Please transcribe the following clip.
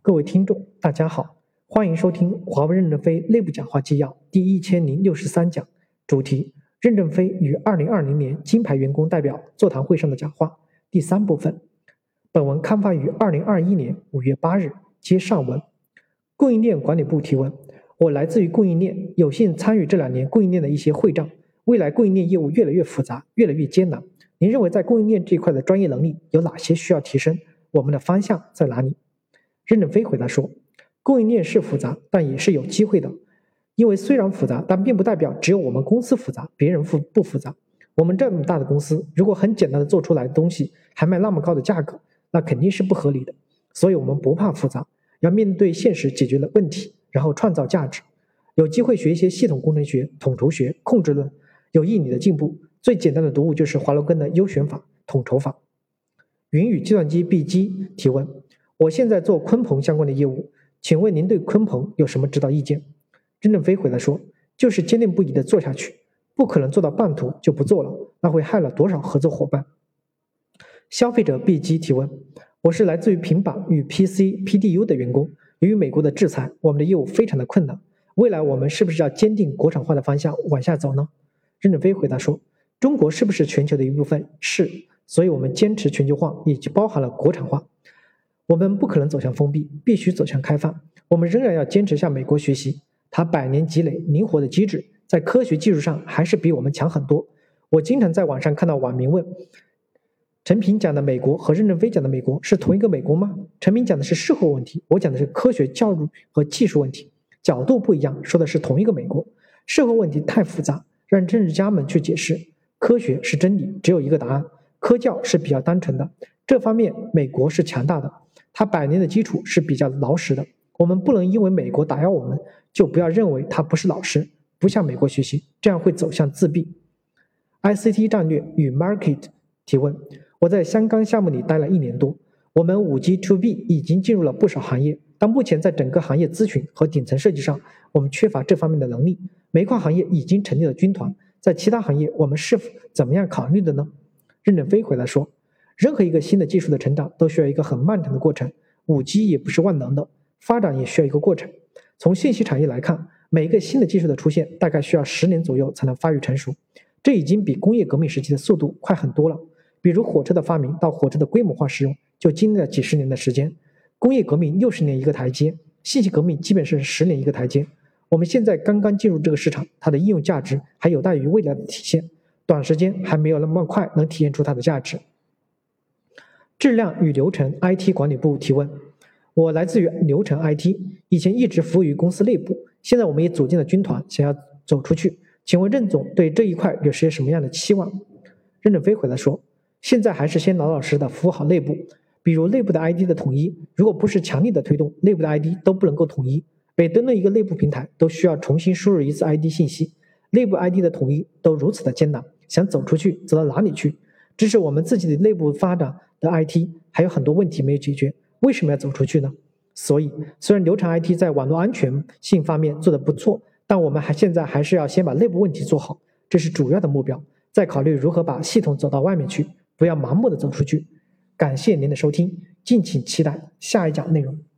各位听众，大家好，欢迎收听华为任正非内部讲话纪要第1063讲，主题：任正非与2020年金牌员工代表座谈会上的讲话，第3部分。本文刊发于2021年5月8日，接上文。供应链管理部提问：我来自于供应链，有幸参与这2年供应链的一些会战，未来供应链业务越来越复杂，越来越艰难。您认为在供应链这一块的专业能力有哪些需要提升？我们的方向在哪里？任正非回答说，供应链是复杂，但也是有机会的。因为虽然复杂，但并不代表只有我们公司复杂，别人不复杂。我们这么大的公司，如果很简单的做出来的东西还卖那么高的价格，那肯定是不合理的。所以我们不怕复杂，要面对现实解决了问题，然后创造价值。有机会学一些系统工程学、统筹学、控制论，有益你的进步。最简单的读物就是华罗庚的优选法、统筹法。云与计算机 B 机提问：我现在做鲲鹏相关的业务，请问您对鲲鹏有什么指导意见？任正非回答说，就是坚定不移地做下去，不可能做到半途就不做了，那会害了多少合作伙伴。消费者 B 机提问：我是来自于平板与 PC、PDU 的员工，由于美国的制裁，我们的业务非常的困难，未来我们是不是要坚定国产化的方向往下走呢？任正非回答说，中国是不是全球的一部分？是，所以我们坚持全球化，也就包含了国产化。我们不可能走向封闭，必须走向开放。我们仍然要坚持向美国学习，它100年积累灵活的机制，在科学技术上还是比我们强很多。我经常在网上看到网民问，陈平讲的美国和任正非讲的美国是同一个美国吗？陈平讲的是社会问题，我讲的是科学教育和技术问题，角度不一样，说的是同一个美国。社会问题太复杂，让政治家们去解释。科学是真理，只有一个答案。科教是比较单纯的，这方面美国是强大的，它100年的基础是比较牢实的。我们不能因为美国打压我们，就不要认为它不是老师，不向美国学习，这样会走向自闭。ICT 战略与 Market 提问：我在香港项目里待了1年多，我们 5G to B 已经进入了不少行业，但目前在整个行业咨询和顶层设计上，我们缺乏这方面的能力。煤矿行业已经成立了军团，在其他行业我们是怎么样考虑的呢？任正非回答说，任何一个新的技术的成长都需要一个很漫长的过程， 5G 也不是万能的，发展也需要一个过程。从信息产业来看，每一个新的技术的出现大概需要10年左右才能发育成熟，这已经比工业革命时期的速度快很多了。比如火车的发明到火车的规模化使用就经历了几十年的时间，工业革命60年一个台阶，信息革命基本是10年一个台阶。我们现在刚刚进入这个市场，它的应用价值还有待于未来的体现，短时间还没有那么快能体现出它的价值。质量与流程 IT 管理部提问：我来自于流程 IT， 以前一直服务于公司内部，现在我们也组建了军团，想要走出去，请问任总对这一块有些什么样的期望？任正非回答说，现在还是先老老实实的服务好内部，比如内部的 ID 的统一，如果不是强力的推动，内部的 ID 都不能够统一。每登录一个内部平台都需要重新输入一次 ID 信息，内部 ID 的统一都如此的艰难，想走出去走到哪里去？只是我们自己的内部发展的 IT 还有很多问题没有解决，为什么要走出去呢？所以虽然流程 IT 在网络安全性方面做得不错，但我们现在还是要先把内部问题做好，这是主要的目标，再考虑如何把系统走到外面去，不要盲目的走出去。感谢您的收听，敬请期待下一讲内容。